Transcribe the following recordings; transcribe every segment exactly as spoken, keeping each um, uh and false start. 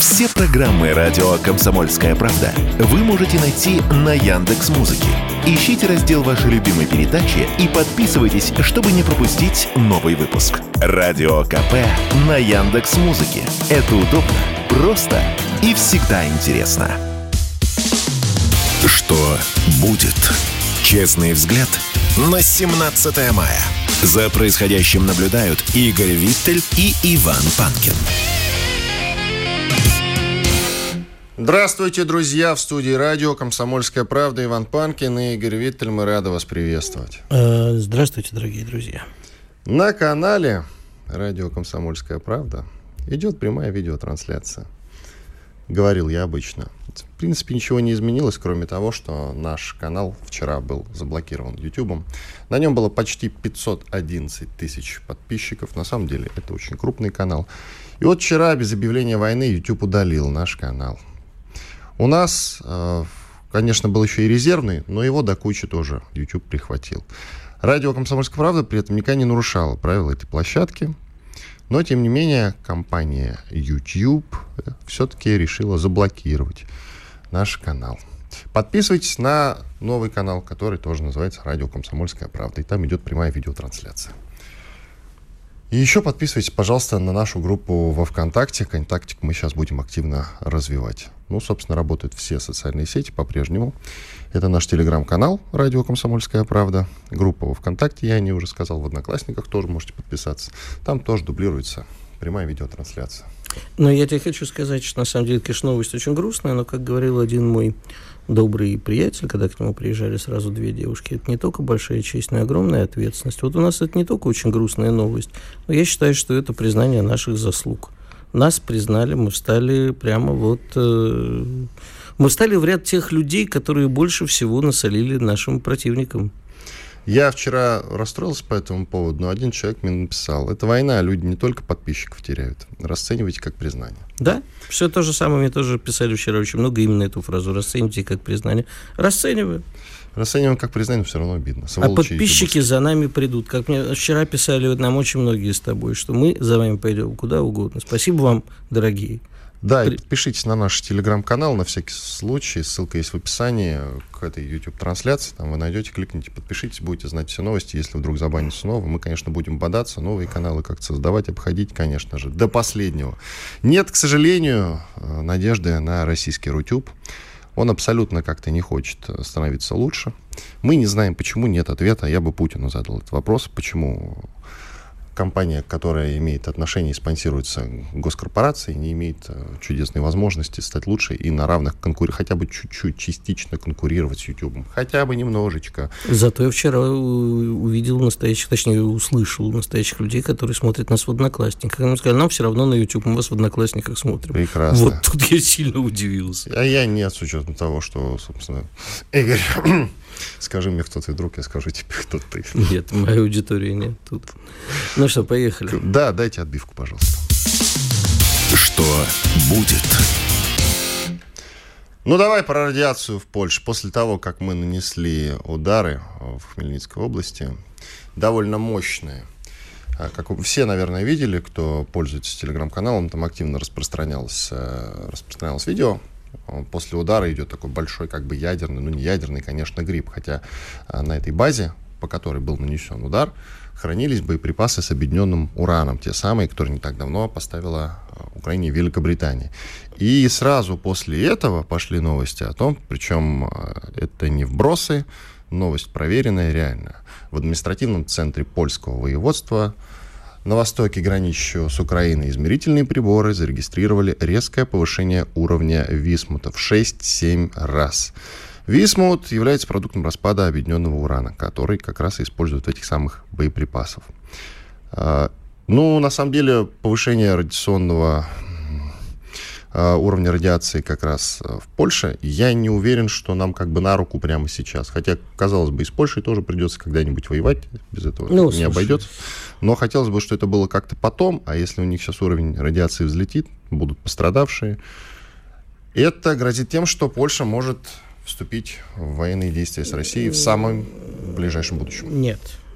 Все программы радио «Комсомольская правда» вы можете найти на Яндекс.Музыке. Ищите раздел вашей любимой передачи и подписывайтесь, чтобы не пропустить новый выпуск. Радио КП на Яндекс.Музыке. Это удобно, просто и всегда интересно. Что будет? Честный взгляд на семнадцатое мая. За происходящим наблюдают Игорь Виттель и Иван Панкин. Здравствуйте, друзья! В студии радио «Комсомольская правда» Иван Панкин и Игорь Виттель. Мы рады вас приветствовать. Здравствуйте, дорогие друзья. На канале радио «Комсомольская правда» идет прямая видеотрансляция. Говорил я обычно. В принципе, ничего не изменилось, кроме того, что наш канал вчера был заблокирован Ютубом. На нем было почти пятьсот одиннадцать тысяч подписчиков. На самом деле, это очень крупный канал. И вот вчера, без объявления войны, YouTube удалил наш канал. У нас, конечно, был еще и резервный, но его до кучи тоже YouTube прихватил. Радио «Комсомольская правда» при этом никогда не нарушало правила этой площадки. Но, тем не менее, компания YouTube все-таки решила заблокировать наш канал. Подписывайтесь на новый канал, который тоже называется «Радио Комсомольская правда». И там идет прямая видеотрансляция. И еще подписывайтесь, пожалуйста, на нашу группу во ВКонтакте. Контактик мы сейчас будем активно развивать. Ну, собственно, работают все социальные сети по-прежнему. Это наш телеграм-канал «Радио Комсомольская правда». Группа во ВКонтакте, я о ней уже сказал, в Одноклассниках тоже можете подписаться. Там тоже дублируется прямая видеотрансляция. Но я тебе хочу сказать, что на самом деле, конечно, новость очень грустная, но, как говорил один мой добрый приятель, когда к нему приезжали сразу две девушки, это не только большая честь, но и огромная ответственность. Вот у нас это не только очень грустная новость, но я считаю, что это признание наших заслуг. Нас признали, мы встали прямо вот... Э, мы встали в ряд тех людей, которые больше всего насолили нашим противникам. Я вчера расстроился по этому поводу, но один человек мне написал: это война, люди не только подписчиков теряют. Расценивайте как признание. Да, все то же самое мне тоже писали вчера очень много, именно эту фразу. Расценивайте как признание. Расцениваю. Расцениваем как признание, все равно обидно. А подписчики за нами придут. Как мне вчера писали нам очень многие с тобой, что мы за вами пойдем куда угодно. Спасибо вам, дорогие. Да, и подпишитесь на наш телеграм-канал на всякий случай. Ссылка есть в описании к этой YouTube-трансляции. Там вы найдете, кликните, подпишитесь, будете знать все новости. Если вдруг забанится снова, мы, конечно, будем бодаться, новые каналы как-то создавать, обходить, конечно же, до последнего. Нет, к сожалению, надежды на российский Рутюб. Он абсолютно как-то не хочет становиться лучше. Мы не знаем, почему, нет ответа. Я бы Путину задал этот вопрос, почему компания, которая имеет отношение и спонсируется госкорпорацией, не имеет чудесной возможности стать лучше и на равных конкурировать, хотя бы чуть-чуть, частично конкурировать с YouTube. Хотя бы немножечко. Зато я вчера увидел настоящих, точнее, услышал настоящих людей, которые смотрят нас в Одноклассниках. Они сказали: нам все равно на YouTube, мы вас в Одноклассниках смотрим. Прекрасно. Вот тут я сильно удивился. А я нет, с учетом того, что, собственно, Игорь, скажи мне, кто ты, друг, я скажу тебе, кто ты. Нет, моей аудитории нет тут. Ну что, поехали. Да, дайте отбивку, пожалуйста. Что будет? Ну, давай про радиацию в Польше. После того, как мы нанесли удары в Хмельницкой области, довольно мощные. Как все, наверное, видели, кто пользуется телеграм-каналом, там активно распространялось, распространялось видео. После удара идет такой большой, как бы ядерный, ну не ядерный, конечно, гриб, хотя на этой базе, по которой был нанесен удар, хранились боеприпасы с объединенным ураном, те самые, которые не так давно поставила Украине и Великобритания. И сразу после этого пошли новости о том, причем это не вбросы, новость проверенная, реальная. В административном центре польского воеводства на востоке, граничащего с Украиной, измерительные приборы зарегистрировали резкое повышение уровня висмута в шесть-семь раз. Висмут является продуктом распада объединенного урана, который как раз и используют в этих самых боеприпасах. Ну, на самом деле, повышение радиационного уровня радиации как раз в Польше, я не уверен, что нам как бы на руку прямо сейчас. Хотя, казалось бы, и с Польшей тоже придется когда-нибудь воевать, без этого ну, не слушай. обойдется. Но хотелось бы, чтобы это было как-то потом, а если у них сейчас уровень радиации взлетит, будут пострадавшие. Это грозит тем, что Польша может вступить в военные действия с Россией в самом ближайшем будущем. Нет.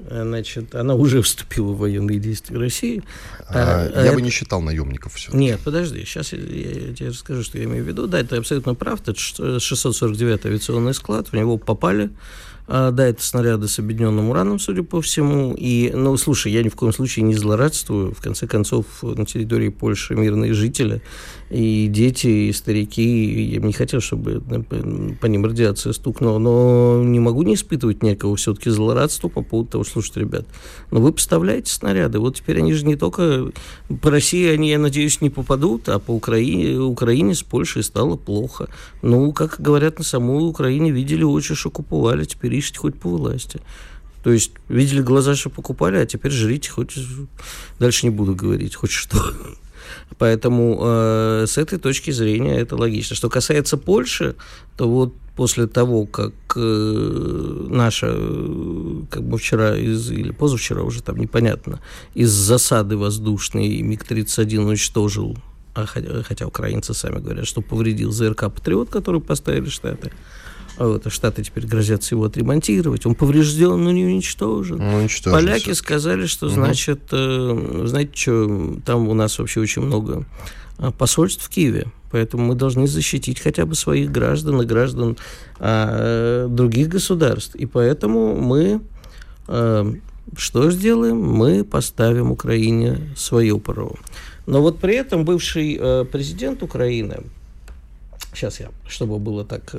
Значит, она уже вступила в военные действия России. А, а, я это... бы не считал наемников все. Нет, подожди, сейчас я, я тебе расскажу, что я имею в виду. Да, это абсолютно прав. Это шестьсот сорок девятый авиационный склад, в него попали. Да, это снаряды с объединенным ураном, судя по всему. И, ну, слушай, я ни в коем случае не злорадствую. В конце концов, на территории Польши мирные жители, и дети, и старики. Я бы не хотел, чтобы по ним радиация стукнула, но не могу не испытывать некого все-таки злорадства по поводу того, что, слушайте, ребят, ну вы поставляете снаряды. Вот теперь они же не только по России, они, я надеюсь, не попадут, а по Украине, Украине с Польшей стало плохо. Ну, как говорят, на самой Украине видели очи, что купували, теперь ищите хоть по власти. То есть видели глаза, что покупали, а теперь жрите хоть... Дальше не буду говорить, хоть что. Поэтому э, с этой точки зрения это логично. Что касается Польши, то вот после того, как э, наша, как бы вчера из, или позавчера уже там непонятно, из засады воздушной МиГ тридцать один уничтожил, а, хотя, хотя украинцы сами говорят, что повредил ЗРК «Патриот», который поставили Штаты. Вот, а Штаты теперь грозятся его отремонтировать. Он поврежден, но не уничтожен. Ну, поляки все. Сказали, что, угу. значит, э, знаете что, там у нас вообще очень много посольств в Киеве, поэтому мы должны защитить хотя бы своих граждан и граждан э, других государств. И поэтому мы э, что сделаем? Мы поставим Украине свое ПРО. Но вот при этом бывший э, президент Украины, сейчас я, чтобы было так,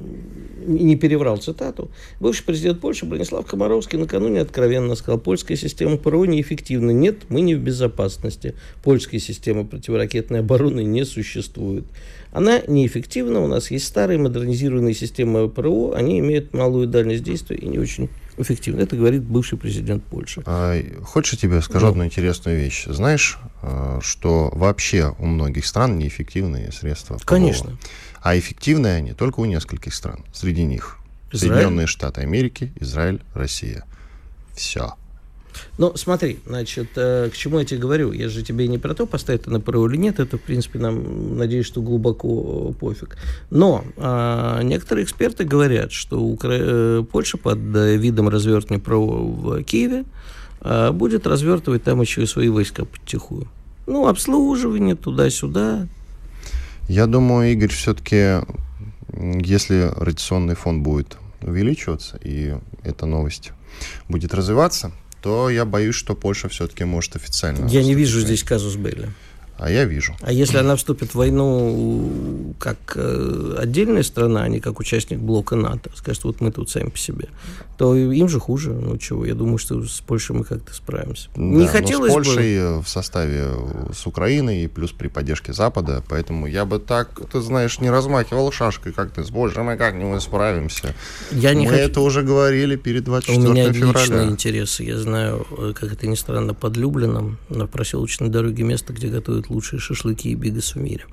не переврал цитату, бывший президент Польши Бронислав Комаровский накануне откровенно сказал: польская система ПРО неэффективна. Нет, мы не в безопасности. Польской системы противоракетной обороны не существует. Она неэффективна. У нас есть старые модернизированные системы ПРО. Они имеют малую дальность действия и не очень эффективны. Это говорит бывший президент Польши. А, хочешь, я тебе скажу да. одну интересную вещь? Знаешь, что вообще у многих стран неэффективные средства ПРО? Конечно. А эффективные они только у нескольких стран. Среди них Израиль? Соединенные Штаты Америки, Израиль, Россия. Все. Ну, смотри, значит, к чему я тебе говорю? Я же тебе не про то, поставить это на ПРО или нет, это, в принципе, нам, надеюсь, что глубоко пофиг. Но а, некоторые эксперты говорят, что Укра... Польша под видом развертывания ПРО в Киеве а, будет развертывать там еще и свои войска потихую. Ну, обслуживание туда-сюда. Я думаю, Игорь, все-таки, если радиационный фон будет увеличиваться, и эта новость будет развиваться, то я боюсь, что Польша все-таки может официально... Я не вижу здесь казус белли. А я вижу. А если она вступит в войну как э, отдельная страна, а не как участник блока НАТО, скажет, вот мы тут сами по себе, то им же хуже. Ну чего, я думаю, что с Польшей мы как-то справимся. Да, не хотелось бы... с Польшей бы... в составе с Украиной и плюс при поддержке Запада, поэтому я бы так, ты знаешь, не размахивал шашкой, как ты с Польшей, мы как-нибудь справимся. Я не мы хочу... это уже говорили перед двадцать четвёртым февраля. У меня личные интересы. Я знаю, как это ни странно, под Люблином, на проселочной дороге место, где готовят лучшие шашлыки и бигос в мире.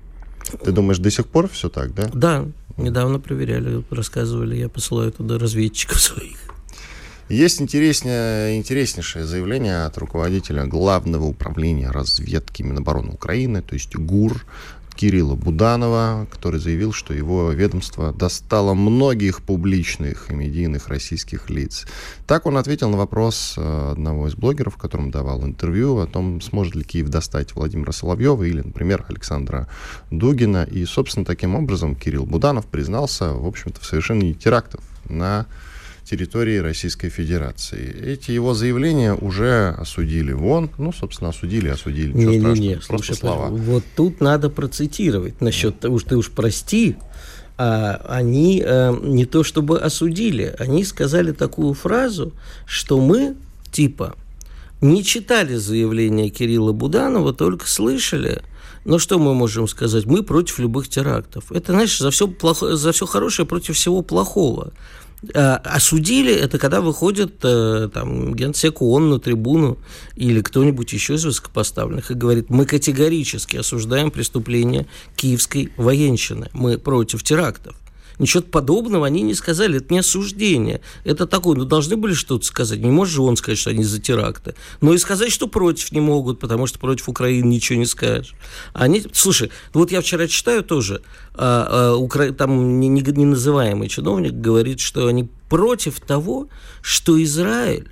Ты думаешь, до сих пор все так, да? Да, недавно проверяли, рассказывали, я посылаю туда разведчиков своих. Есть интереснее, интереснейшее заявление от руководителя Главного управления разведки Минобороны Украины, то есть ГУР, Кирилла Буданова, который заявил, что его ведомство достало многих публичных и медийных российских лиц. Так он ответил на вопрос одного из блогеров, которому давал интервью, о том, сможет ли Киев достать Владимира Соловьева или, например, Александра Дугина. И, собственно, таким образом Кирилл Буданов признался, в общем-то, в совершении терактов на территории Российской Федерации. Эти его заявления уже осудили ВОН. Ну, собственно, осудили, осудили. Ничего не, страшного, не, не. просто Слушай, слова. Вот тут надо процитировать насчет того, что ты уж прости, а, они а, не то чтобы осудили, они сказали такую фразу, что мы, типа, не читали заявление Кирилла Буданова, только слышали. Но что мы можем сказать? Мы против любых терактов. Это, знаешь, за все, плохо, за все хорошее против всего плохого. Осудили, это когда выходит там, генсек ООН на трибуну или кто-нибудь еще из высокопоставленных и говорит: мы категорически осуждаем преступления киевской военщины, мы против терактов. Ничего подобного они не сказали, это не осуждение. Это такое, ну должны были что-то сказать. Не может же он сказать, что они за теракты. Но и сказать, что против не могут, потому что против Украины ничего не скажешь. Они, слушай, вот я вчера читаю тоже, а, а, Укра... там не, не, не называемый чиновник говорит, что они против того, что Израиль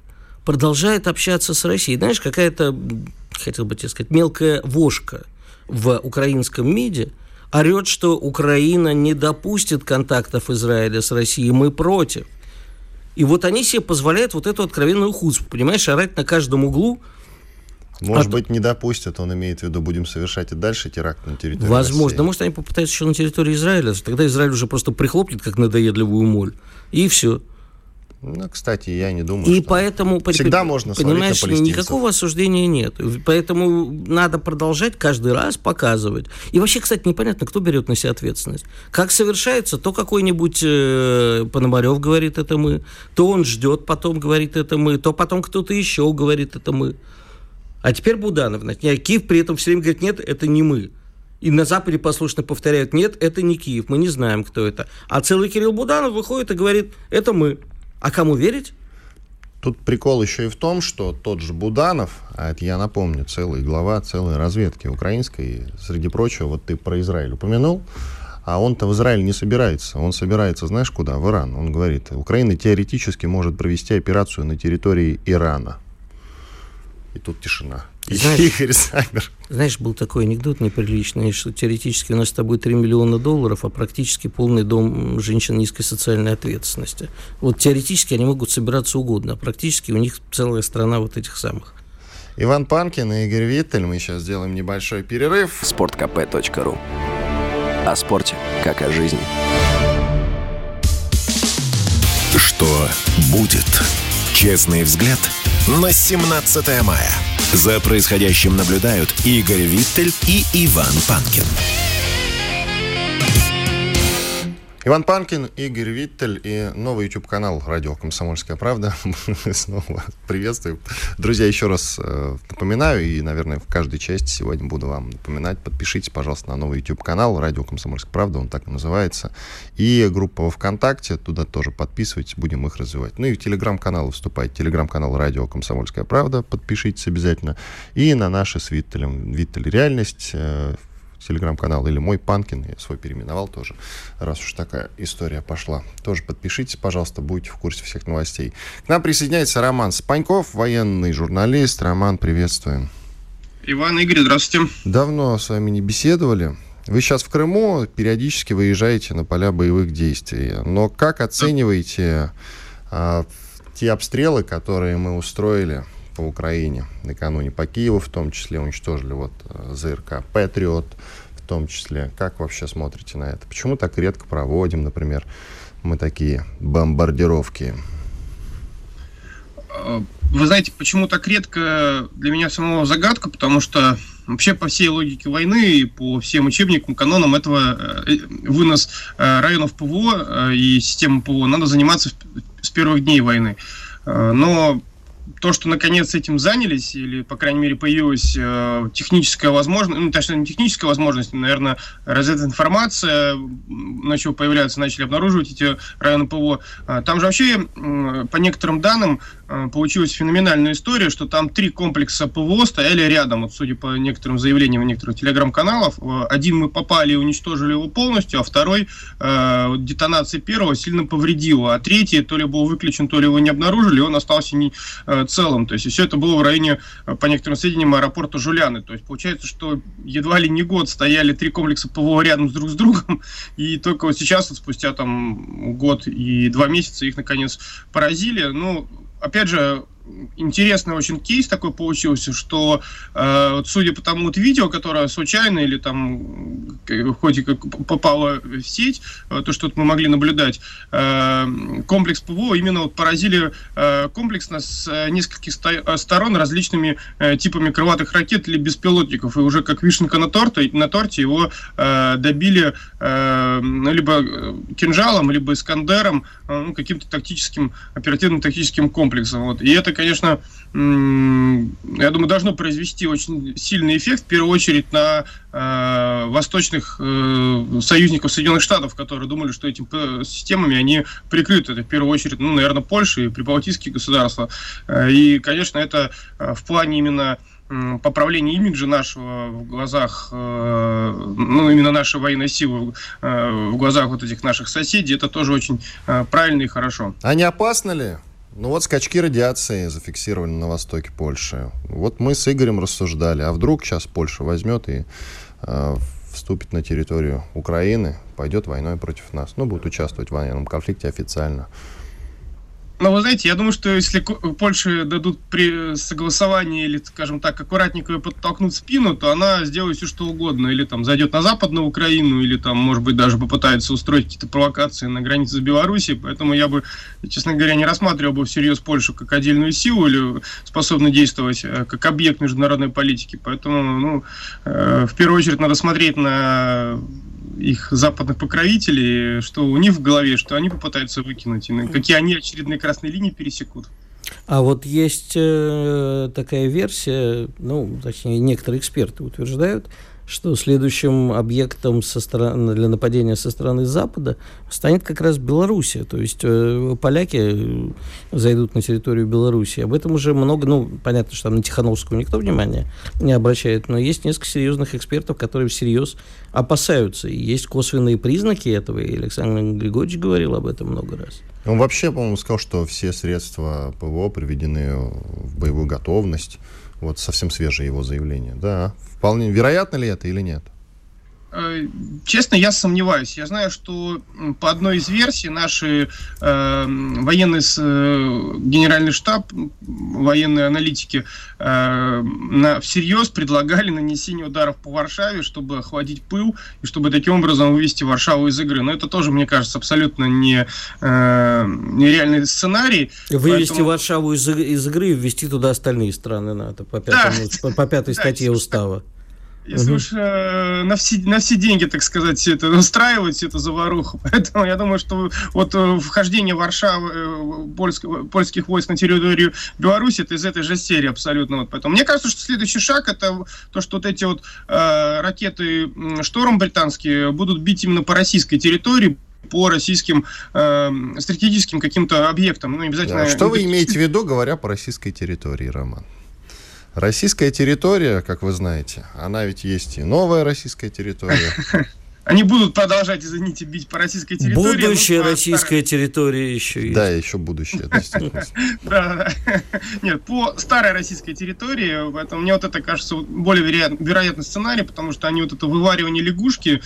продолжает общаться с Россией. Знаешь, какая-то, хотел бы тебе сказать, мелкая вошка в украинском МИДе орет, что Украина не допустит контактов Израиля с Россией, мы против. И вот они себе позволяют вот эту откровенную хуцпу, понимаешь, орать на каждом углу. Может От... быть, не допустят, он имеет в виду, будем совершать и дальше теракт на территории Возможно. России. Да, может, они попытаются еще на территории Израиля, тогда Израиль уже просто прихлопнет, как надоедливую моль, и все. Ну, кстати, я не думаю, и что... поэтому, Всегда можно смотреть на понимаешь, палестинцев. никакого осуждения нет. Поэтому надо продолжать каждый раз показывать. И вообще, кстати, непонятно, кто берет на себя ответственность. Как совершается, то какой-нибудь э, Пономарев говорит, это мы, то он ждет, потом говорит, это мы, то потом кто-то еще говорит, это мы. А теперь Буданов. Киев при этом все время говорит, нет, это не мы. И на Западе послушно повторяют, нет, это не Киев, мы не знаем, кто это. А целый Кирилл Буданов выходит и говорит, это мы. А кому верить? Тут прикол еще и в том, что тот же Буданов, а это, я напомню, целый глава целой разведки украинской, среди прочего, вот ты про Израиль упомянул, а он-то в Израиль не собирается. Он собирается, знаешь, куда? В Иран. Он говорит, Украина теоретически может провести операцию на территории Ирана. И тут тишина. Знаешь, Игорь Саммер. Знаешь, был такой анекдот неприличный, что теоретически у нас с тобой три миллиона долларов, а практически полный дом женщин низкой социальной ответственности. Вот теоретически они могут собираться угодно, а практически у них целая страна вот этих самых. Иван Панкин и Игорь Виттель. Мы сейчас сделаем небольшой перерыв. спорт кей пи точка ру. О спорте, как о жизни. Что будет? Честный взгляд на семнадцатое мая. За происходящим наблюдают Игорь Виттель и Иван Панкин. Иван Панкин, Игорь Виттель и новый YouTube-канал «Радио Комсомольская правда». Снова приветствую. Друзья, еще раз э, напоминаю, и, наверное, в каждой части сегодня буду вам напоминать. Подпишитесь, пожалуйста, на новый YouTube-канал «Радио Комсомольская правда», он так и называется. И группа во ВКонтакте, туда тоже подписывайтесь, будем их развивать. Ну и в Телеграм-канал вступайте. Телеграм-канал «Радио Комсомольская правда», подпишитесь обязательно. И на наши с Виттелем «Виттель Реальность», э, телеграм-канал, или мой Панкин, я свой переименовал тоже, раз уж такая история пошла. Тоже подпишитесь, пожалуйста, будете в курсе всех новостей. К нам присоединяется Роман Спаньков, военный журналист. Роман, приветствуем. Иван, Игорь, здравствуйте. Давно с вами не беседовали. Вы сейчас в Крыму, периодически выезжаете на поля боевых действий. Но как оцениваете а, те обстрелы, которые мы устроили по Украине накануне, по Киеву в том числе, уничтожили вот ЗРК «Патриот» в том числе. Как вообще смотрите на это? Почему так редко проводим, например, мы такие бомбардировки? Вы знаете, почему так редко, для меня самого загадка, потому что вообще по всей логике войны, по всем учебникам, канонам этого вынос районов ПВО и системы ПВО надо заниматься с первых дней войны. Но то, что наконец этим занялись, или, по крайней мере, появилась э, техническая возможность, ну, точнее, не техническая возможность, наверное, развединформация, начала появляться, начали обнаруживать эти районы ПВО. Там же вообще, э, по некоторым данным, э, получилась феноменальная история, что там три комплекса ПВО стояли рядом, вот, судя по некоторым заявлениям некоторых телеграм-каналов. Один мы попали и уничтожили его полностью, а второй, э, детонация первого сильно повредила, а третий то ли был выключен, то ли его не обнаружили, он остался не э, целом. То есть и все это было в районе, по некоторым сведениям, аэропорта Жуляны. То есть получается, что едва ли не год стояли три комплекса ПВО рядом с друг с другом, и только вот сейчас, вот, спустя там год и два месяца, их наконец поразили. Ну, опять же, интересный очень кейс такой получился, что э, судя по тому вот видео, которое случайно или там хоть и как попало в сеть, э, то, что мы могли наблюдать, э, комплекс ПВО именно вот поразили э, комплексно с э, нескольких сто- сторон различными э, типами крылатых ракет или беспилотников, и уже как вишенка на торте, на торте его э, добили э, либо кинжалом, либо Искандером, э, ну, каким-то тактическим, оперативно-тактическим комплексом. Вот. И это, конечно, я думаю, должно произвести очень сильный эффект, в первую очередь, на э, восточных э, союзников Соединенных Штатов, которые думали, что этими системами они прикрыты. Это, в первую очередь, ну, наверное, Польша и прибалтийские государства. И, конечно, это в плане именно поправление имиджа нашего в глазах, ну, именно нашей военной силы в глазах вот этих наших соседей, это тоже очень правильно и хорошо. А не опасно ли? Ну вот скачки радиации зафиксировали на востоке Польши. Вот мы с Игорем рассуждали, а вдруг сейчас Польша возьмет и э, вступит на территорию Украины, пойдет войной против нас, ну, будет участвовать в военном конфликте официально. Ну, вы знаете, я думаю, что если Польше дадут при согласовании или, скажем так, аккуратненько ее подтолкнуть в спину, то она сделает все, что угодно. Или там зайдет на Западную Украину, или там, может быть, даже попытается устроить какие-то провокации на границе с Белоруссией. Поэтому я бы, честно говоря, не рассматривал бы всерьез Польшу как отдельную силу или способную действовать как объект международной политики. Поэтому, ну, в первую очередь надо смотреть на их западных покровителей, что у них в голове, что они попытаются выкинуть, и какие они очередные красные линии пересекут. А вот есть э, такая версия, ну, точнее, некоторые эксперты утверждают, что следующим объектом со стороны, для нападения со стороны Запада станет как раз Белоруссия. То есть э, поляки зайдут на территорию Белоруссии. Об этом уже много, ну, понятно, что там на Тихановскую никто внимания не обращает, но есть несколько серьезных экспертов, которые всерьез опасаются. И есть косвенные признаки этого, и Александр Григорьевич говорил об этом много раз. Он вообще, по-моему, сказал, что все средства ПВО приведены в боевую готовность. Вот совсем свежее его заявление. Да, вполне. Вероятно ли это или нет? Честно, я сомневаюсь. Я знаю, что по одной из версий наши э, военные, э, генеральный штаб, военные аналитики э, на, всерьез предлагали нанесение ударов по Варшаве, чтобы охладить пыл и чтобы таким образом вывести Варшаву из игры. Но это тоже, мне кажется, абсолютно не, э, нереальный сценарий. Вывести Поэтому... Варшаву из, из игры и ввести туда остальные страны НАТО по, пятому, да. по, по пятой статье да, устава. Если угу. уж э, на, все, на все деньги, так сказать, все это устраивать, всю эту заваруху. Поэтому я думаю, что вот э, вхождение Варшавы, э, польск, польских войск на территорию Беларуси, это из этой же серии абсолютно. Вот. Поэтому мне кажется, что следующий шаг это то, что вот эти вот э, ракеты «Шторм» британские будут бить именно по российской территории, по российским э, стратегическим каким-то объектам. Ну, обязательно... Да, что вы имеете в виду, говоря по российской территории, Роман? Российская территория, как вы знаете, она ведь есть и новая российская территория. Они будут продолжать, извините, бить по российской территории. Будущая российская территория еще есть. Да, еще будущее, действительно. Да, да. Нет, по старой российской территории, поэтому мне вот это кажется более вероятный сценарий, потому что они вот это вываривание лягушки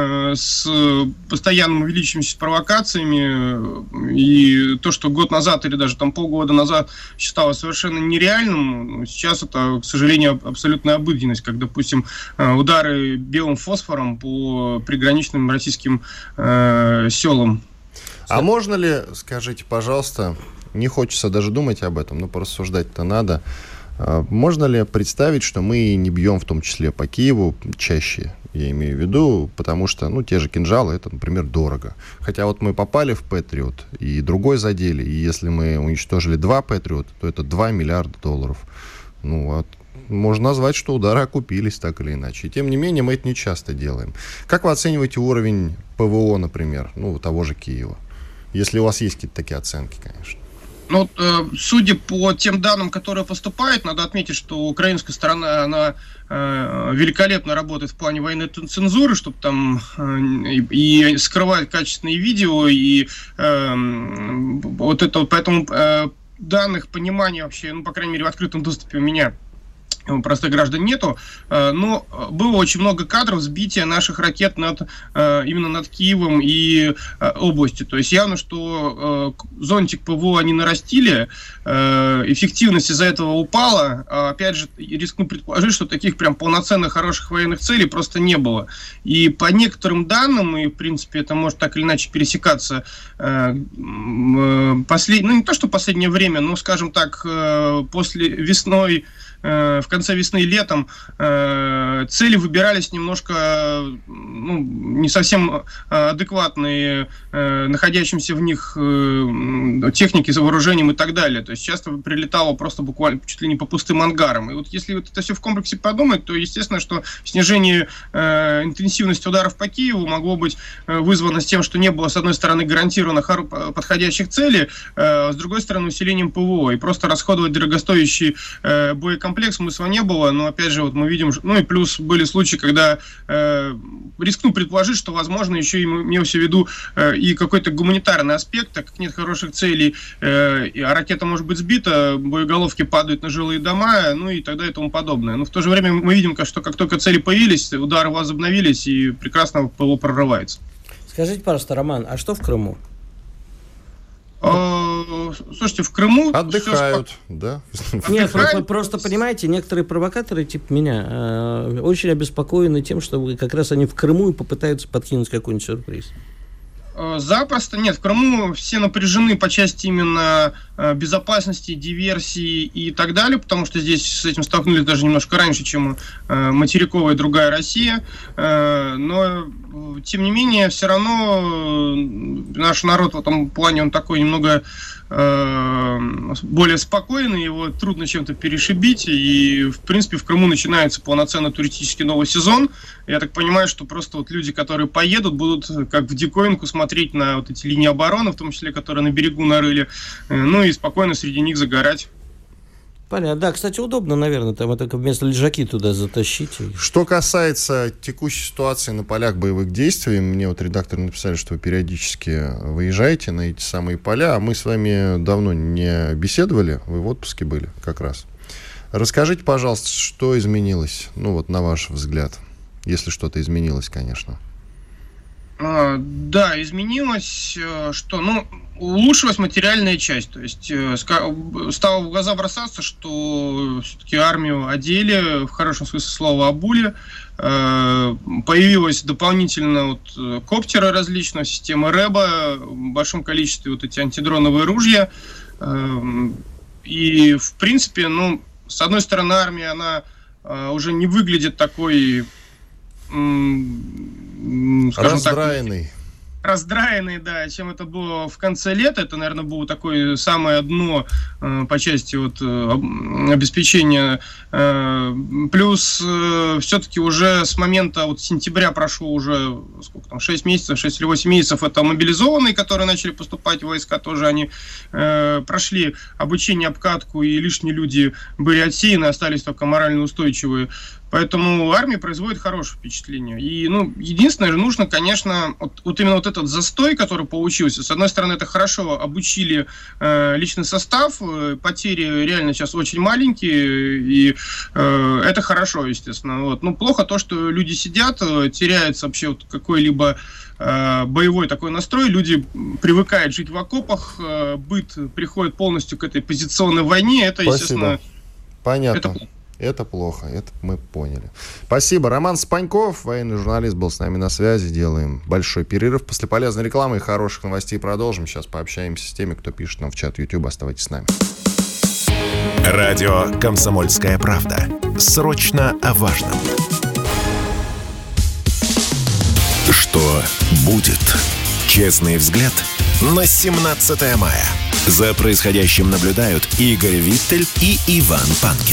с постоянным увеличивающимися провокациями, и то, что год назад или даже там полгода назад считалось совершенно нереальным, сейчас это, к сожалению, абсолютная обыденность, как, допустим, удары белым фосфором по приграничным российским э, селам. А можно ли, скажите, пожалуйста, не хочется даже думать об этом, но порассуждать-то надо, э, можно ли представить, что мы не бьем в том числе по Киеву чаще, я имею в виду, потому что, ну, те же кинжалы, это, например, дорого. Хотя вот мы попали в Патриот, и другой задели, и если мы уничтожили два Патриот, то это два миллиарда долларов. Ну, вот. Можно назвать, что удары окупились так или иначе. И тем не менее, мы это не часто делаем. Как вы оцениваете уровень ПВО, например, ну, того же Киева? Если у вас есть какие-то такие оценки, конечно. Ну, э, судя по тем данным, которые поступают, надо отметить, что украинская сторона, она э, великолепно работает в плане военной цензуры, чтобы там э, и, и скрывать качественные видео, и э, вот это, поэтому э, данных, понимания вообще, ну, по крайней мере, в открытом доступе у меня, простых граждан нету, но было очень много кадров сбития наших ракет над, именно над Киевом и областью. То есть явно, что зонтик ПВО они нарастили, эффективность из-за этого упала. Опять же, рискну предположить, что таких прям полноценных хороших военных целей просто не было. И по некоторым данным, и в принципе это может так или иначе пересекаться, послед... ну не то, что последнее время, но, скажем так, после весной, в конце весны и летом э, цели выбирались немножко, ну, не совсем адекватные э, находящимся в них э, техники за вооружением и так далее. То есть часто прилетало просто буквально чуть ли не по пустым ангарам. И вот если вот это все в комплексе подумать, то естественно, что снижение э, интенсивности ударов по Киеву могло быть э, вызвано с тем, что не было, с одной стороны, гарантированно подходящих целей, э, с другой стороны, усилением ПВО. И просто расходовать дорогостоящие э, боекомплекты комплекс, смысла не было, но опять же вот мы видим, ну и плюс были случаи, когда э, рискну предположить, что возможно еще и имелся в виду э, и какой-то гуманитарный аспект, так как нет хороших целей, э, а ракета может быть сбита, боеголовки падают на жилые дома, ну и тогда и тому подобное. Но в то же время мы видим, что как только цели появились, удары возобновились и прекрасно ПВО прорывается. Скажите, пожалуйста, Роман, а что в Крыму? Слушайте, в Крыму... Отдыхают, да? Нет, просто, просто, понимаете, некоторые провокаторы, типа меня, э, очень обеспокоены тем, что как раз они в Крыму и попытаются подкинуть какой-нибудь сюрприз. Запросто. Нет, в Крыму все напряжены по части именно безопасности, диверсии и так далее, потому что здесь с этим столкнулись даже немножко раньше, чем материковая другая Россия. Но, тем не менее, все равно наш народ в этом плане, он такой немного более спокойный, его трудно чем-то перешибить, и, в принципе, в Крыму начинается полноценный туристический новый сезон. Я так понимаю, что просто вот люди, которые поедут, будут как в диковинку смотреть на вот эти линии обороны, в том числе, которые на берегу нарыли, ну и спокойно среди них загорать. Понятно. Да, кстати, удобно, наверное, там это вместо лежаки туда затащить. Что касается текущей ситуации на полях боевых действий, мне вот редакторы написали, что вы периодически выезжаете на эти самые поля, а мы с вами давно не беседовали, вы в отпуске были как раз. Расскажите, пожалуйста, что изменилось, ну вот на ваш взгляд, если что-то изменилось, конечно. А, да, изменилось, что, ну, улучшилась материальная часть, то есть стало в глаза бросаться, что все-таки армию одели, в хорошем смысле слова обули, появилось дополнительно вот коптеры различные, системы рэба, в большом количестве вот эти антидроновые ружья, и, в принципе, ну, с одной стороны, армия, она уже не выглядит такой... Раздраенный. Так, раздраенный, да, чем это было в конце лета. Это, наверное, было такое самое дно э, по части вот, э, обеспечения. Э, плюс э, все-таки уже с момента вот, сентября прошло уже сколько там, шесть месяцев, шесть или восемь месяцев. Это мобилизованные, которые начали поступать в войска, тоже они э, прошли обучение, обкатку, и лишние люди были отсеяны, остались только морально устойчивые. Поэтому армия производит хорошее впечатление. И, ну, единственное, нужно, конечно, вот, вот именно вот этот застой, который получился. С одной стороны, это хорошо обучили э, личный состав, э, потери реально сейчас очень маленькие, и э, это хорошо, естественно. Вот. Ну, плохо то, что люди сидят, э, теряется вообще вот какой-либо э, боевой такой настрой, люди привыкают жить в окопах, э, быт приходит полностью к этой позиционной войне, это, Спасибо. естественно... Понятно. Это плохо. Это плохо, это мы поняли. Спасибо. Роман Спаньков, военный журналист, был с нами на связи. Делаем большой перерыв. После полезной рекламы и хороших новостей продолжим. Сейчас пообщаемся с теми, кто пишет нам в чат YouTube. Оставайтесь с нами. Радио «Комсомольская правда». Срочно о важном. Что будет? Честный взгляд на семнадцатое мая. За происходящим наблюдают Игорь Виттель и Иван Панкин.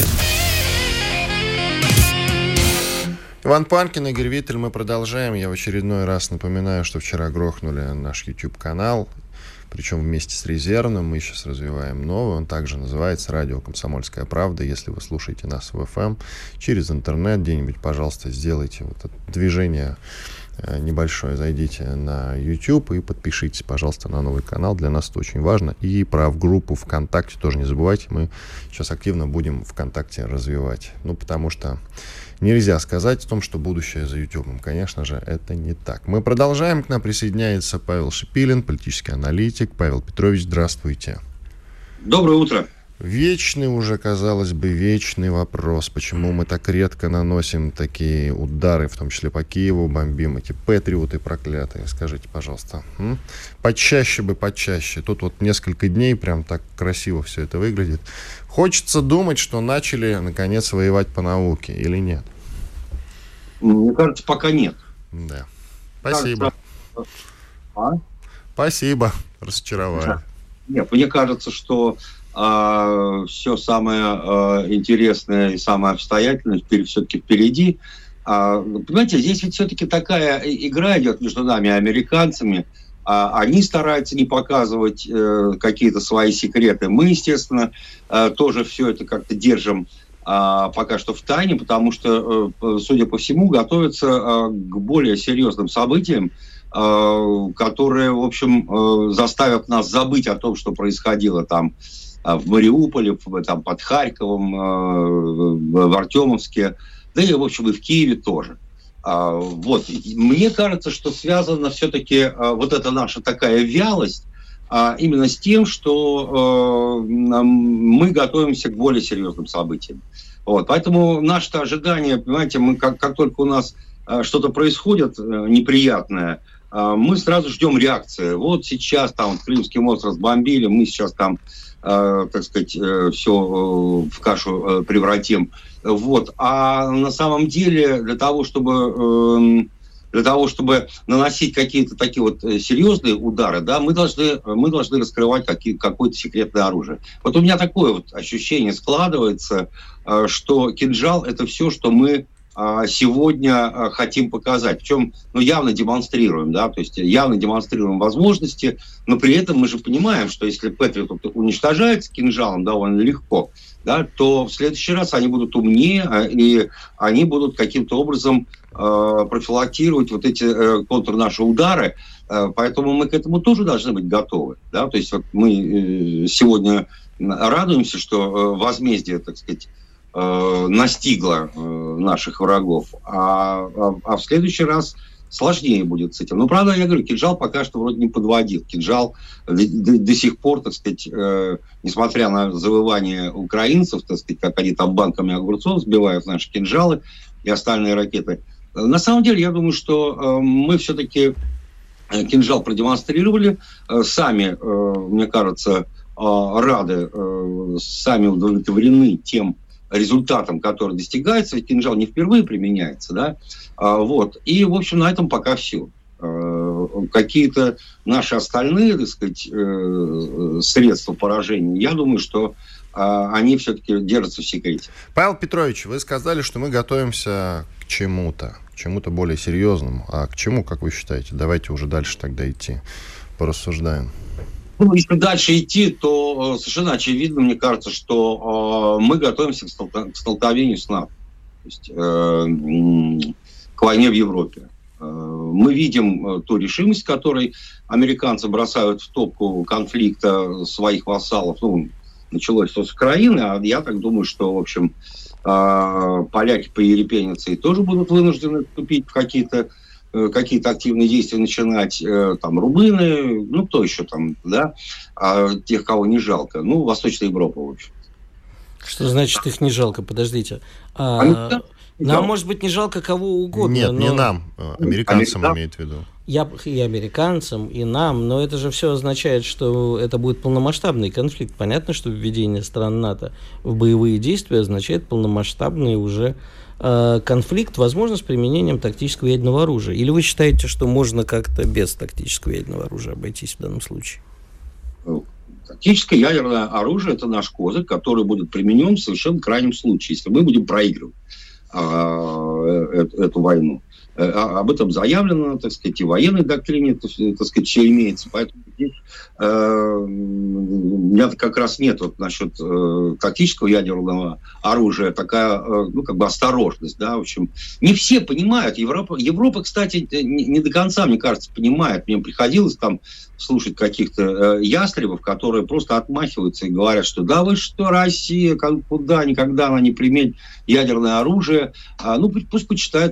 Иван Панкин, Игорь Виттель, мы продолжаем. Я в очередной раз напоминаю, что вчера грохнули наш YouTube-канал, причем вместе с резервным. Мы сейчас развиваем новый. Он также называется «Радио Комсомольская правда». Если вы слушаете нас в эф эм через интернет где-нибудь, пожалуйста, сделайте вот это движение небольшое. Зайдите на YouTube и подпишитесь, пожалуйста, на новый канал. Для нас это очень важно. И про группу ВКонтакте тоже не забывайте. Мы сейчас активно будем ВКонтакте развивать. Ну, потому что нельзя сказать о том, что будущее за Ютубом. Конечно же, это не так. Мы продолжаем. К нам присоединяется Павел Шипилин, политический аналитик. Павел Петрович, здравствуйте. Доброе утро. Вечный уже, казалось бы, вечный вопрос. Почему мы так редко наносим такие удары, в том числе по Киеву, бомбим эти патриоты проклятые? Скажите, пожалуйста. М? Почаще бы, почаще. Тут вот несколько дней прям так красиво все это выглядит. Хочется думать, что начали, наконец, воевать по науке, или нет? Мне кажется, пока нет. Да. Спасибо. Кажется... А? Спасибо. Разочаровали. Нет, мне кажется, что а, все самое а, интересное и самое обстоятельное все-таки впереди. А, понимаете, здесь ведь все-таки такая игра идет между нами и американцами. А, они стараются не показывать э, какие-то свои секреты. Мы, естественно, э, тоже все это как-то держим а, пока что в тайне, потому что, судя по всему, готовятся а, к более серьезным событиям, а, которые, в общем, заставят нас забыть о том, что происходило там в Мариуполе, там, под Харьковом, в Артемовске, да и, в общем, и в Киеве тоже. Вот. Мне кажется, что связана все-таки вот эта наша такая вялость именно с тем, что мы готовимся к более серьезным событиям. Вот. Поэтому наше ожидание, понимаете, мы, как, как только у нас что-то происходит неприятное, мы сразу ждем реакции. Вот сейчас там Крымский мост разбомбили, мы сейчас там, так сказать, все в кашу превратим. Вот. А на самом деле для того, чтобы, для того, чтобы наносить какие-то такие вот серьезные удары, да, мы должны, мы должны раскрывать какие, какое-то секретное оружие. Вот у меня такое вот ощущение складывается, что кинжал – это все, что мы сегодня хотим показать. Причем, ну, явно демонстрируем, да, то есть явно демонстрируем возможности, но при этом мы же понимаем, что если Патриот уничтожается кинжалом довольно легко, да, то в следующий раз они будут умнее, и они будут каким-то образом э, профилактировать вот эти э, контур наши удары, э, поэтому мы к этому тоже должны быть готовы, да, то есть вот мы э, сегодня радуемся, что э, возмездие, так сказать, настигла наших врагов, а, а, а в следующий раз сложнее будет с этим. Но, правда, я говорю, кинжал пока что вроде не подводил. Кинжал до, до, до сих пор, так сказать, э, несмотря на завывание украинцев, так сказать, как они там банками огурцов сбивают наши кинжалы и остальные ракеты. На самом деле, я думаю, что э, мы все-таки кинжал продемонстрировали, э, сами, э, мне кажется, э, рады, э, сами удовлетворены тем результатом, который достигается, ведь кинжал не впервые применяется, да, а, вот, и, в общем, на этом пока все. А, какие-то наши остальные, так сказать, э, средства поражения, я думаю, что а, они все-таки держатся в секрете. Павел Петрович, вы сказали, что мы готовимся к чему-то, к чему-то более серьезному. А к чему, как вы считаете? Давайте уже дальше тогда идти, порассуждаем. Ну, если дальше идти, то э, совершенно очевидно, мне кажется, что э, мы готовимся к, столк- к столкновению с НАТО, то есть, э, э, к войне в Европе. Э, мы видим э, ту решимость, которой американцы бросают в топку конфликта своих вассалов. Ну, началось все с Украины, а я так думаю, что, в общем, э, поляки поерепенятся и тоже будут вынуждены вступить в какие-то какие-то активные действия начинать, там, румыны, ну, кто еще там, да, а тех, кого не жалко, ну, Восточная Европа, в общем. Что значит их не жалко? Подождите. А, а нам, может быть, не жалко кого угодно. Нет, но... не нам, американцам Америка... имеет в виду. Я и американцам, и нам, но это же все означает, что это будет полномасштабный конфликт. Понятно, что введение стран НАТО в боевые действия означает полномасштабный уже э, конфликт, возможно, с применением тактического ядерного оружия. Или вы считаете, что можно как-то без тактического ядерного оружия обойтись в данном случае? Тактическое ядерное оружие – это наш козырь, который будет применен в совершенно крайнем случае, если мы будем проигрывать э, эту войну. Об этом заявлено, так сказать, и в военной доктрине, так сказать, все имеется. Поэтому здесь э, у меня как раз нет вот насчет э, тактического ядерного оружия такая, э, ну, как бы осторожность, да, в общем. Не все понимают. Европа, Европа, кстати, не, не до конца, мне кажется, понимает. Мне приходилось там слушать каких-то э, ястребов, которые просто отмахиваются и говорят, что да вы что, Россия, куда, никогда она не применит ядерное оружие. А, ну, пусть почитают.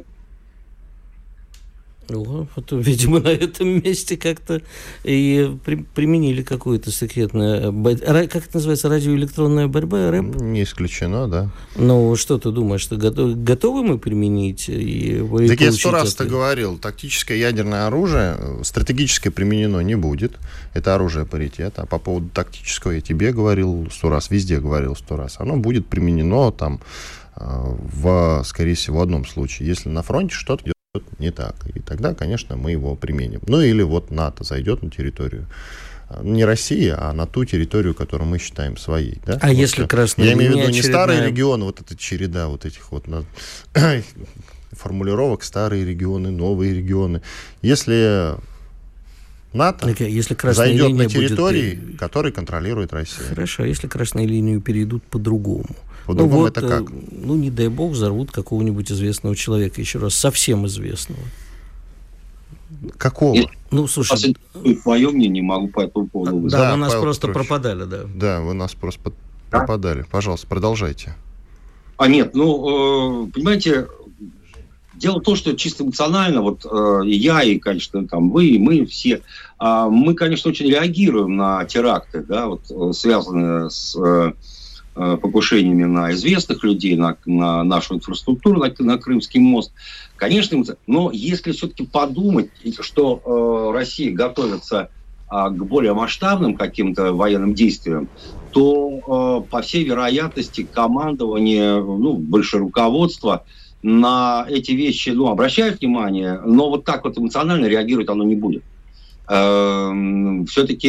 Вот, видимо, на этом месте как-то и при, применили какую-то секретную, как это называется, радиоэлектронная борьба, рэп? Не исключено, да. Ну, что ты думаешь, что готов, готовы мы применить? И так я сто раз это говорил, тактическое ядерное оружие стратегически применено не будет, это оружие паритета. А по поводу тактического я тебе говорил сто раз, везде говорил сто раз, оно будет применено там, в, скорее всего, в одном случае, если на фронте что-то идет не так. И тогда, конечно, мы его применим. Ну, или вот НАТО зайдет на территорию не России, а на ту территорию, которую мы считаем своей. Да? А вот если что, красная я имею в виду очередная... не старые регионы, вот эта череда вот этих вот на... формулировок, старые регионы, новые регионы. Если НАТО если зайдет на территории, будет... которые контролирует Россия. Хорошо, а если красные линии перейдут по-другому? По-другому ну вот, это как? Ну, не дай бог, взорвут какого-нибудь известного человека, еще раз, совсем известного. Какого? Если ну, слушай... Мое мнение, не могу по этому поводу высказать. Да, да, вы нас Павел просто Петрович. пропадали, да. Да, вы нас просто да? пропадали. Пожалуйста, продолжайте. А нет, ну, понимаете, дело в том, что чисто эмоционально, вот и я, и, конечно, там вы, и мы все, мы, конечно, очень реагируем на теракты, да, вот, связанные с покушениями на известных людей, на, на нашу инфраструктуру, на, на Крымский мост. Конечно, но если все-таки подумать, что э, Россия готовится э, к более масштабным каким-то военным действиям, то, э, по всей вероятности, командование, ну, больше руководство на эти вещи, ну, обращает внимание, но вот так вот эмоционально реагировать оно не будет. Все-таки,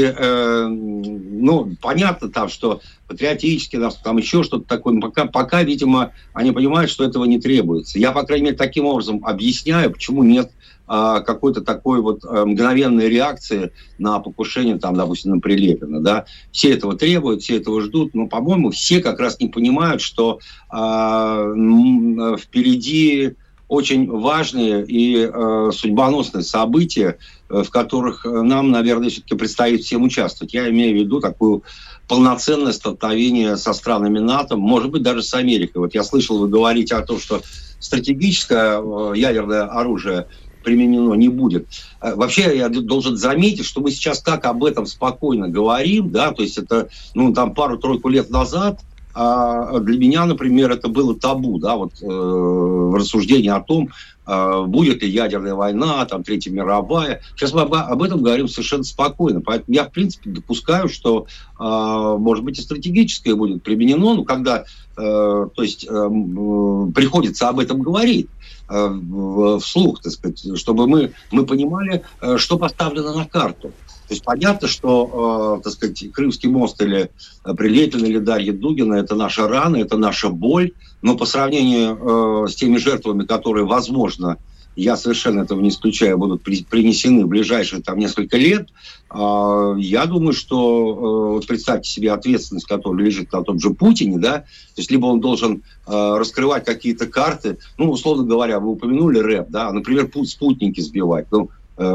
ну, понятно там, что патриотически, там еще что-то такое, но пока, пока, видимо, они понимают, что этого не требуется. Я, по крайней мере, таким образом объясняю, почему нет а, какой-то такой вот а, мгновенной реакции на покушение, там, допустим, на Прилепина, да. Все этого требуют, все этого ждут, но, по-моему, все как раз не понимают, что а, впереди очень важные и э, судьбоносные события, э, в которых нам, наверное, все-таки предстоит всем участвовать. Я имею в виду такую полноценное столкновение со странами НАТО, может быть, даже с Америкой. Вот я слышал, вы говорите о том, что стратегическое э, ядерное оружие применено не будет. Э, вообще, я должен заметить, что мы сейчас так об этом спокойно говорим, да, то есть это, ну, там, пару-тройку лет назад. А для меня, например, это было табу, да, вот э, рассуждение о том, э, будет ли ядерная война, там, Третья мировая. Сейчас мы об, об этом говорим совершенно спокойно. Поэтому я, в принципе, допускаю, что, э, может быть, и стратегическое будет применено, но когда, э, то есть, э, приходится об этом говорить э, вслух, так сказать, чтобы мы, мы понимали, э, что поставлено на карту. То есть понятно, что, э, так сказать, Крымский мост или Прилепин, или Дарья Дугина – это наша рана, это наша боль, но по сравнению э, с теми жертвами, которые, возможно, я совершенно этого не исключаю, будут при, принесены в ближайшие там несколько лет, э, я думаю, что, э, вот представьте себе ответственность, которая лежит на том же Путине, да, то есть либо он должен э, раскрывать какие-то карты, ну, условно говоря, вы упомянули рэп, да, например, спутники сбивать, ну,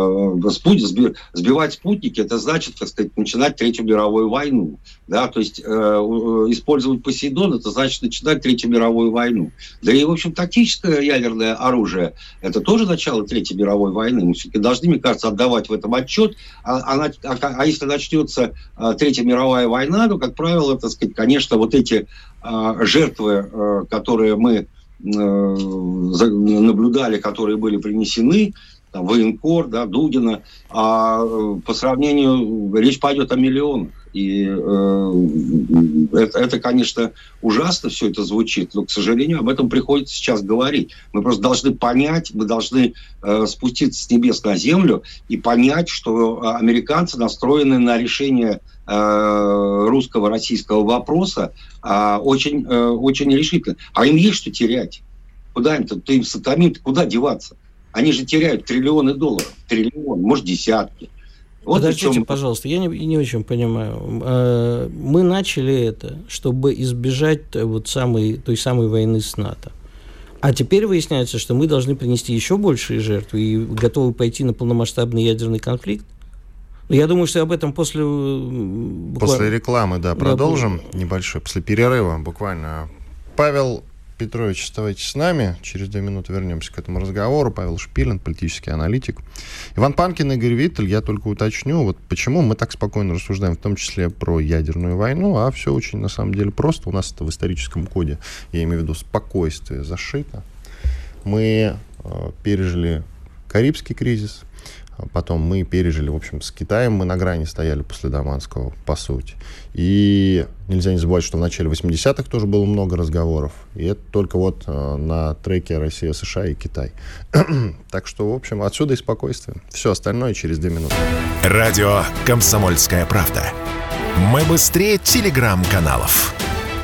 сбивать спутники, это значит, так сказать, начинать Третью мировую войну. Да? То есть э, использовать Посейдон, это значит начинать Третью мировую войну. Да и, в общем, тактическое ядерное оружие, это тоже начало Третьей мировой войны. Мы все-таки должны, мне кажется, отдавать в этом отчет. А, а, а, а если начнется а, Третья мировая война, то, как правило, так сказать, конечно, вот эти а, жертвы, а, которые мы а, наблюдали, которые были принесены, там, военкор, да, Дугина, а по сравнению речь пойдет о миллионах. И э, это, это, конечно, ужасно все это звучит, но, к сожалению, об этом приходится сейчас говорить. Мы просто должны понять, мы должны э, спуститься с небес на землю и понять, что американцы настроены на решение э, русско-российского вопроса э, очень, э, очень решительно. А им есть что терять. Куда им-то? Ты им сатамин, куда деваться? Они же теряют триллионы долларов. Триллион, может, десятки. Вот Подождите, чем... пожалуйста, я не, не очень понимаю. Мы начали это, чтобы избежать вот самой, той самой войны с НАТО. А теперь выясняется, что мы должны принести еще большие жертвы и готовы пойти на полномасштабный ядерный конфликт. Я думаю, что об этом после... Буквально... После рекламы, да, продолжим я... небольшой, после перерыва буквально. Павел Петрович, оставайтесь с нами. Через две минуты вернемся к этому разговору. Павел Шпилин, политический аналитик. Иван Панкин, Игорь Виттель. Я только уточню, вот почему мы так спокойно рассуждаем, в том числе про ядерную войну, а все очень, на самом деле, просто. У нас это в историческом коде, я имею в виду спокойствие, зашито. Мы э, пережили Карибский кризис, потом мы пережили, в общем, с Китаем мы на грани стояли после Даманского, по сути. И нельзя не забывать, что в начале восьмидесятых тоже было много разговоров. И это только вот э, на треке Россия, США и Китай. Так что, в общем, отсюда и спокойствие. Все остальное через две минуты. Радио «Комсомольская правда». Мы быстрее телеграм-каналов.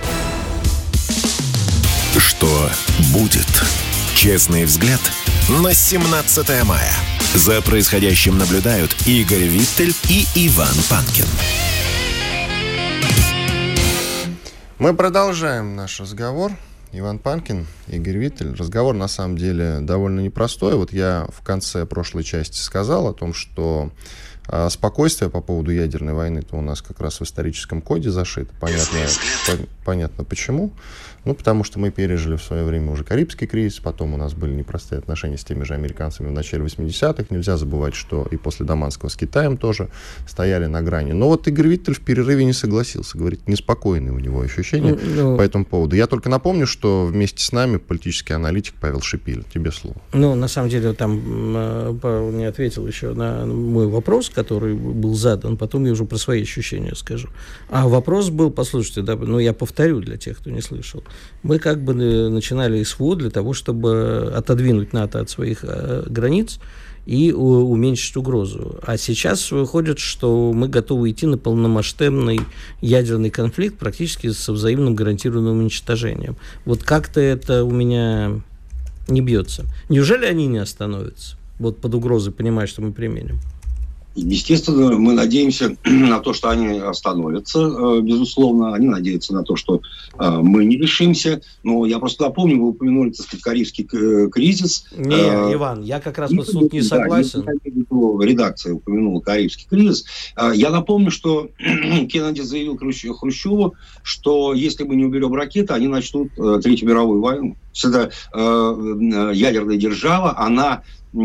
Что будет? Честный взгляд на семнадцатое мая. За происходящим наблюдают Игорь Виттель и Иван Панкин. Мы продолжаем наш разговор. Иван Панкин, Игорь Виттель. Разговор, на самом деле, довольно непростой. Вот я в конце прошлой части сказал о том, что а, спокойствие по поводу ядерной войны-то у нас как раз в историческом коде зашито. Понятно, по- понятно почему. Ну, потому что мы пережили в свое время уже Карибский кризис, потом у нас были непростые отношения с теми же американцами в начале восьмидесятых. Нельзя забывать, что и после Даманского с Китаем тоже стояли на грани. Но вот Игорь Виттель в перерыве не согласился. Говорит, неспокойные у него ощущения ну, по этому поводу. Я только напомню, что вместе с нами политический аналитик Павел Шипиль. Тебе слово. Ну, на самом деле, там Павел не ответил еще на мой вопрос, который был задан. Потом я уже про свои ощущения скажу. А вопрос был, послушайте, да, ну, я повторю для тех, кто не слышал. Мы как бы начинали СВО для того, чтобы отодвинуть НАТО от своих э, границ и у, уменьшить угрозу. А сейчас выходит, что мы готовы идти на полномасштабный ядерный конфликт практически со взаимным гарантированным уничтожением. Вот как-то это у меня не бьется. Неужели они не остановятся? Вот под угрозой, понимая, что мы применим. Естественно, мы надеемся на то, что они остановятся, безусловно. Они надеются на то, что мы не решимся. Но я просто напомню, вы упомянули, так сказать, Карибский кризис. Не, а, Иван, я как раз вот тут не согласен. Да, редакция упомянула Карибский кризис. Я напомню, что Кеннеди заявил Хрущеву, что если мы не уберем ракеты, они начнут Третью мировую войну. Всегда ядерная держава, она...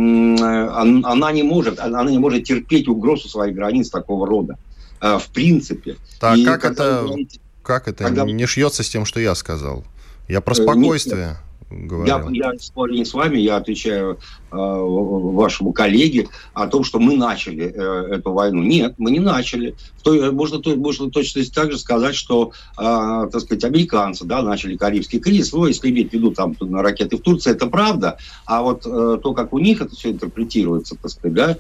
она не может, она не может терпеть угрозу своих границ такого рода, в принципе. Так, и как это, говорите, как это когда... не шьется с тем, что я сказал? Я про спокойствие говорил. Я, я спорю не с вами, я отвечаю э, вашему коллеге о том, что мы начали э, эту войну. Нет, мы не начали. То, можно, то, можно точно так же сказать, что э, так сказать, американцы, да, начали Карибский кризис. Ну, если иметь в виду там ракеты в Турции, это правда. А вот э, то, как у них это все интерпретируется, так сказать, да,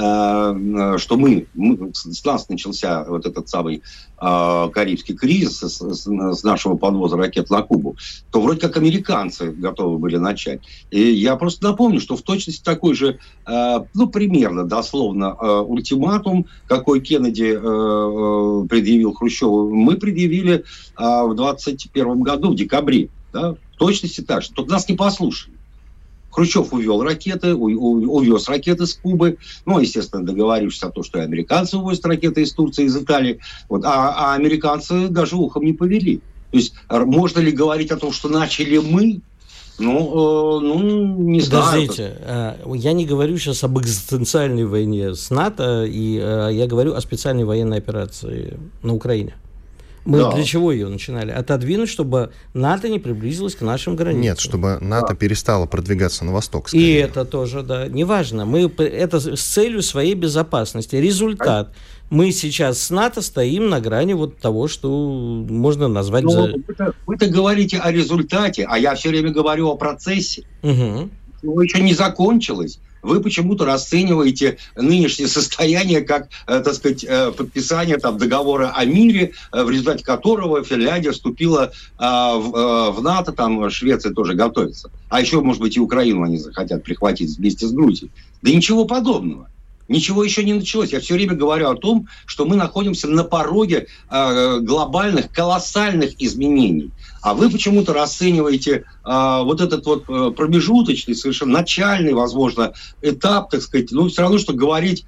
э, что мы, мы, с нас начался вот этот самый э, Карибский кризис с, с, с нашего подвоза ракет на Кубу, то вроде как американцы готовы были начать. И я просто напомню, что в точности такой же, э, ну, примерно, дословно, э, ультиматум, какой Кеннеди э, э, предъявил Хрущеву, мы предъявили э, в двадцать первом году, в декабре. Да? В точности так, что тут нас не послушали. Хрущев увел ракеты, у, у, увез ракеты с Кубы, ну, естественно, договорившись о том, что и американцы увозят ракеты из Турции, из Италии, вот, а, а американцы даже ухом не повели. То есть можно ли говорить о том, что начали мы? Ну, э, ну, не знаю. Подождите, я не говорю сейчас об экзистенциальной войне с НАТО, и я говорю о специальной военной операции на Украине. Мы да. для чего ее начинали? Отодвинуть, чтобы НАТО не приблизилось к нашим границам. Нет, чтобы НАТО да. перестало продвигаться на восток. Скорее. И это тоже, да. Неважно. Мы, это с целью своей безопасности. Результат. Мы сейчас с НАТО стоим на грани вот того, что можно назвать... Но за... вы-то, вы-то говорите о результате, а я все время говорю о процессе. Угу. Его еще не закончилось. Вы почему-то расцениваете нынешнее состояние как, э, так сказать, э, подписание там, договора о мире, э, в результате которого Финляндия вступила э, в, э, в НАТО, там Швеция тоже готовится. А еще, может быть, и Украину они захотят прихватить вместе с Грузией. Да ничего подобного. Ничего еще не началось. Я все время говорю о том, что мы находимся на пороге э, глобальных, колоссальных изменений. А вы почему-то расцениваете э, вот этот вот э, промежуточный, совершенно начальный, возможно, этап, так сказать, ну, все равно, что говорить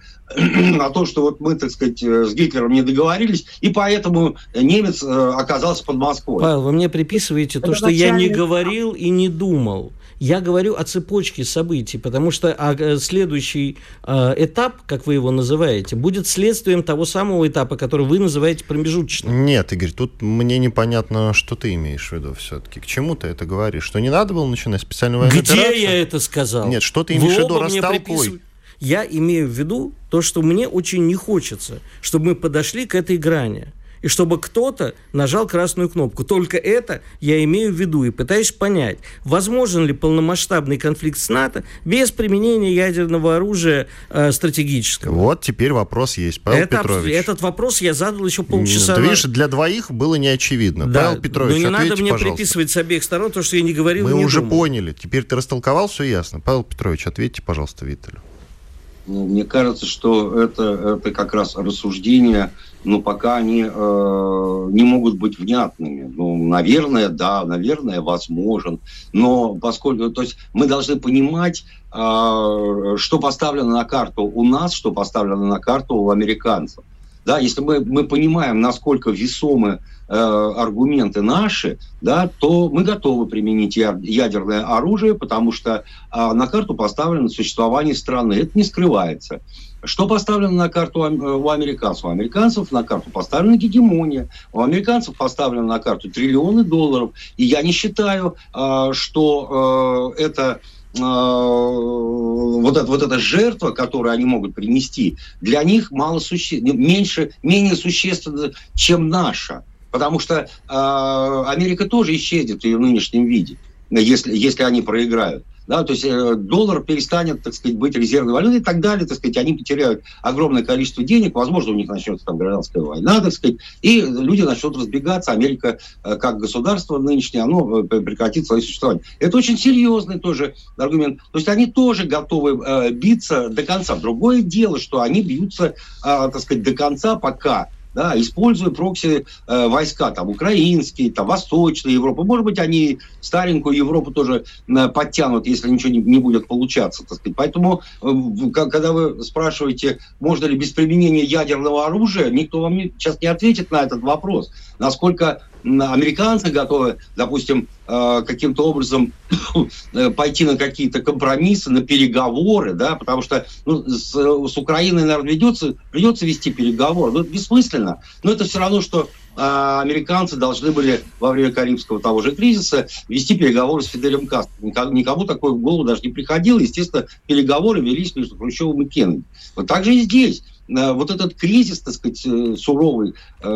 о том, что вот мы, так сказать, с Гитлером не договорились, и поэтому немец э, оказался под Москвой. Павел, вы мне приписываете это то, что я не говорил и не думал. Я говорю о цепочке событий, потому что следующий э, этап, как вы его называете, будет следствием того самого этапа, который вы называете промежуточным. Нет, Игорь, тут мне непонятно, что ты имеешь в виду все-таки. К чему ты это говоришь? Что не надо было начинать специальную военную Где операцию? Я это сказал? Нет, что ты имеешь в виду? Растолкуй. Я имею в виду то, что мне очень не хочется, чтобы мы подошли к этой грани. И чтобы кто-то нажал красную кнопку. Только это я имею в виду и пытаюсь понять, возможен ли полномасштабный конфликт с НАТО без применения ядерного оружия э, стратегического. Вот теперь вопрос есть, Павел это, Петрович. Этот вопрос я задал еще полчаса. Ты видишь, для двоих было не очевидно. Да, Павел Петрович, но не ответьте, надо мне пожалуйста. приписывать с обеих сторон то, что я не говорил. Мы не уже думал. поняли. Теперь ты растолковал, все ясно. Павел Петрович, ответьте, пожалуйста, Виттелю. мне кажется, что это, это как раз рассуждения, но пока они э, не могут быть внятными. Ну, наверное, да, наверное, возможен. Но поскольку, то есть мы должны понимать, э, что поставлено на карту у нас, что поставлено на карту у американцев. Да, если мы, мы понимаем, насколько весомы э, аргументы наши, да, то мы готовы применить ядерное оружие, потому что э, на карту поставлено существование страны. Это не скрывается. Что поставлено на карту у американцев? У американцев на карту поставлена гегемония. У американцев поставлено на карту триллионы долларов. И я не считаю, э, что э, это... Вот, это, вот эта жертва, которую они могут принести, для них мало суще... меньше, менее существенна, чем наша. Потому что э, Америка тоже исчезнет в ее нынешнем виде, если, если они проиграют. Да, то есть э, доллар перестанет, так сказать, быть резервной валютой и так далее, так сказать, они потеряют огромное количество денег, возможно, у них начнется там гражданская война, так сказать, и люди начнут разбегаться, Америка э, как государство нынешнее, оно э, прекратит свое существование. Это очень серьезный тоже аргумент. То есть они тоже готовы э, биться до конца. Другое дело, что они бьются, э, так сказать, до конца пока, да, используя прокси э, войска, там, украинские, там, восточные Европы. Может быть, они старенькую Европу тоже э, подтянут, если ничего не, не будет получаться, так сказать. Поэтому, э, когда вы спрашиваете, можно ли без применения ядерного оружия, никто вам не, сейчас не ответит на этот вопрос. Насколько американцы готовы, допустим, э, каким-то образом пойти на какие-то компромиссы, на переговоры, да, потому что ну, с, с Украиной, наверное, ведется, придется вести переговоры, но это бессмысленно. Но это все равно, что э, американцы должны были во время Карибского того же кризиса вести переговоры с Фиделем Кастро. Никому, никому такое в голову даже не приходило. Естественно, переговоры велись между Хрущевым и Кеннеди. Вот так же и здесь. Вот этот кризис, так сказать, суровый,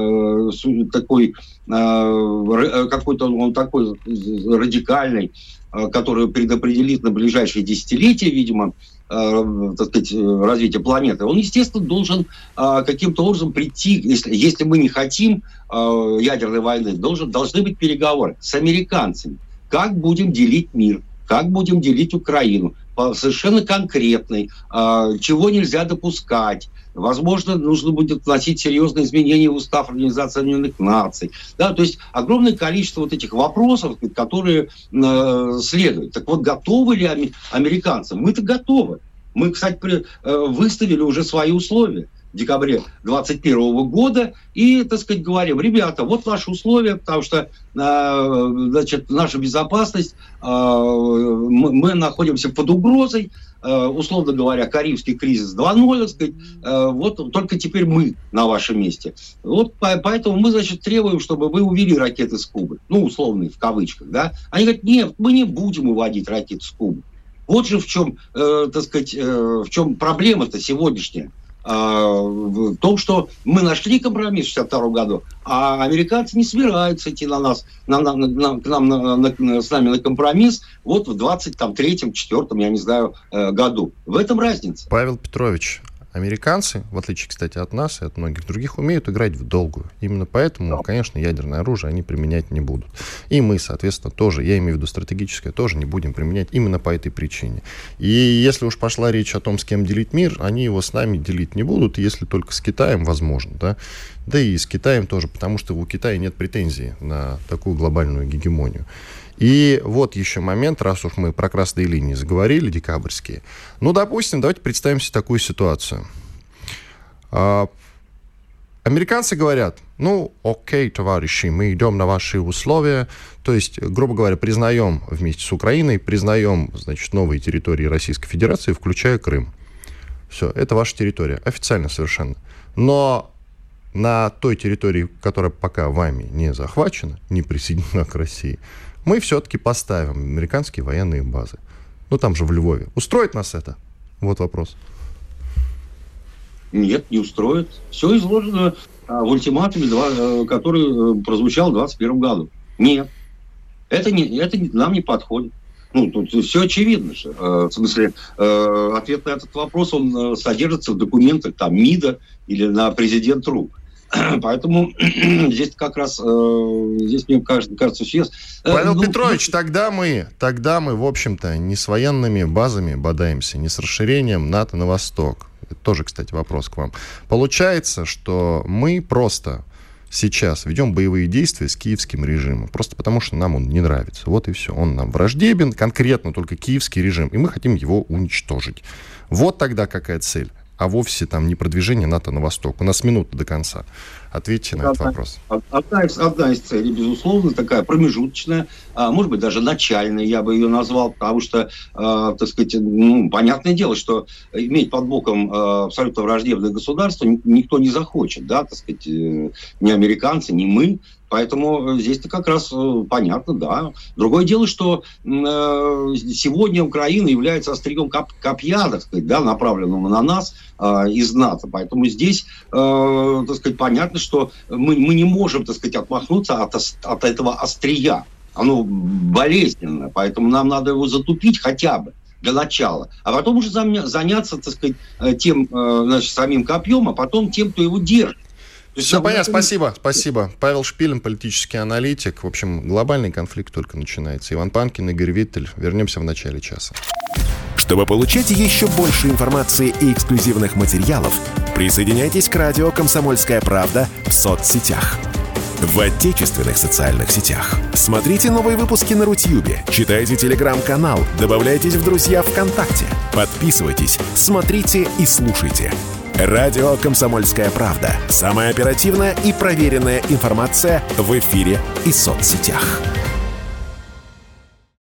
такой, какой-то он такой радикальный, который предопределит на ближайшие десятилетия, видимо, так сказать, развитие планеты, он, естественно, должен каким-то образом прийти, если, если мы не хотим ядерной войны, должен, должны быть переговоры с американцами. Как будем делить мир? Как будем делить Украину? Совершенно конкретный, чего нельзя допускать. Возможно, нужно будет вносить серьезные изменения в устав Организации Объединенных Наций. Да, то есть огромное количество вот этих вопросов, которые э, следуют. Так вот, готовы ли ами- американцы? Мы-то готовы. Мы, кстати, при, э, выставили уже свои условия в декабре двадцать первого года и, так сказать, говорим, ребята, вот наши условия, потому что э, значит, наша безопасность, э, мы, мы находимся под угрозой, условно говоря, Карибский кризис два ноль, так сказать, вот только теперь мы на вашем месте. Вот поэтому мы, значит, требуем, чтобы вы увели ракеты с Кубы. Ну, условные, в кавычках, да. Они говорят, нет, мы не будем уводить ракеты с Кубы. Вот же в чем, э, так сказать, э, в чем проблема-то сегодняшняя. В том, что мы нашли компромисс в шестьдесят втором году, а американцы не собираются идти на нас, на, на, на, к нам, на, на, с нами на компромисс вот в двадцать третьем, четвёртом, я не знаю, году. В этом разница. Павел Петрович, американцы, в отличие, кстати, от нас и от многих других, умеют играть в долгую. Именно поэтому, конечно, ядерное оружие они применять не будут. И мы, соответственно, тоже, я имею в виду стратегическое, тоже не будем применять именно по этой причине. И если уж пошла речь о том, с кем делить мир, они его с нами делить не будут, если только с Китаем, возможно, да. Да и с Китаем тоже, потому что у Китая нет претензий на такую глобальную гегемонию. И вот еще момент, раз уж мы про красные линии заговорили, декабрьские. Ну, допустим, давайте представим себе такую ситуацию. А, американцы говорят, ну, окей, товарищи, мы идем на ваши условия. То есть, грубо говоря, признаем вместе с Украиной, признаем, значит, новые территории Российской Федерации, включая Крым. Все, это ваша территория, официально совершенно. Но на той территории, которая пока вами не захвачена, не присоединена к России, мы все-таки поставим американские военные базы. Ну, там же в Львове. Устроит нас это? Вот вопрос. Нет, не устроит. Все изложено в ультиматуме, который прозвучал в двадцать первом году. Нет. Это, не, это нам не подходит. Ну, тут все очевидно же. В смысле, ответ на этот вопрос, он содержится в документах там МИДа или на президент РУ. Поэтому здесь как раз, здесь мне кажется, сейчас... Павел ну, Петрович, тогда мы, тогда мы, в общем-то, не с военными базами бодаемся, не с расширением НАТО на восток. Это тоже, кстати, вопрос к вам. Получается, что мы просто сейчас ведем боевые действия с киевским режимом, просто потому что нам он не нравится. Вот и все. Он нам враждебен, конкретно только киевский режим, и мы хотим его уничтожить. Вот тогда какая цель. А вовсе там не продвижение НАТО на восток. У нас минута до конца. Ответьте на этот вопрос. Одна из, одна из целей, безусловно, такая промежуточная, а, может быть, даже начальная, я бы ее назвал, потому что, а, так сказать, ну, понятное дело, что иметь под боком а, абсолютно враждебное государство никто не захочет, да, так сказать, ни американцы, ни мы. Поэтому здесь-то как раз понятно, да. Другое дело, что э, сегодня Украина является острием коп- копья, так сказать, да, направленного на нас э, из НАТО. Поэтому здесь, э, так сказать, понятно, что мы, мы не можем, так сказать, отмахнуться от, от этого острия. Оно болезненно, поэтому нам надо его затупить хотя бы для начала. А потом уже заняться, так сказать, тем, значит, самим копьем, а потом тем, кто его держит. Все понятно, спасибо, спасибо. Павел Шпилин, политический аналитик. В общем, глобальный конфликт только начинается. Иван Панкин, Игорь Виттель. Вернемся в начале часа. Чтобы получать еще больше информации и эксклюзивных материалов, присоединяйтесь к радио «Комсомольская правда» в соцсетях. В отечественных социальных сетях. Смотрите новые выпуски на Рутьюбе, читайте телеграм-канал, добавляйтесь в друзья ВКонтакте, подписывайтесь, смотрите и слушайте. Радио «Комсомольская правда». Самая оперативная и проверенная информация в эфире и соцсетях.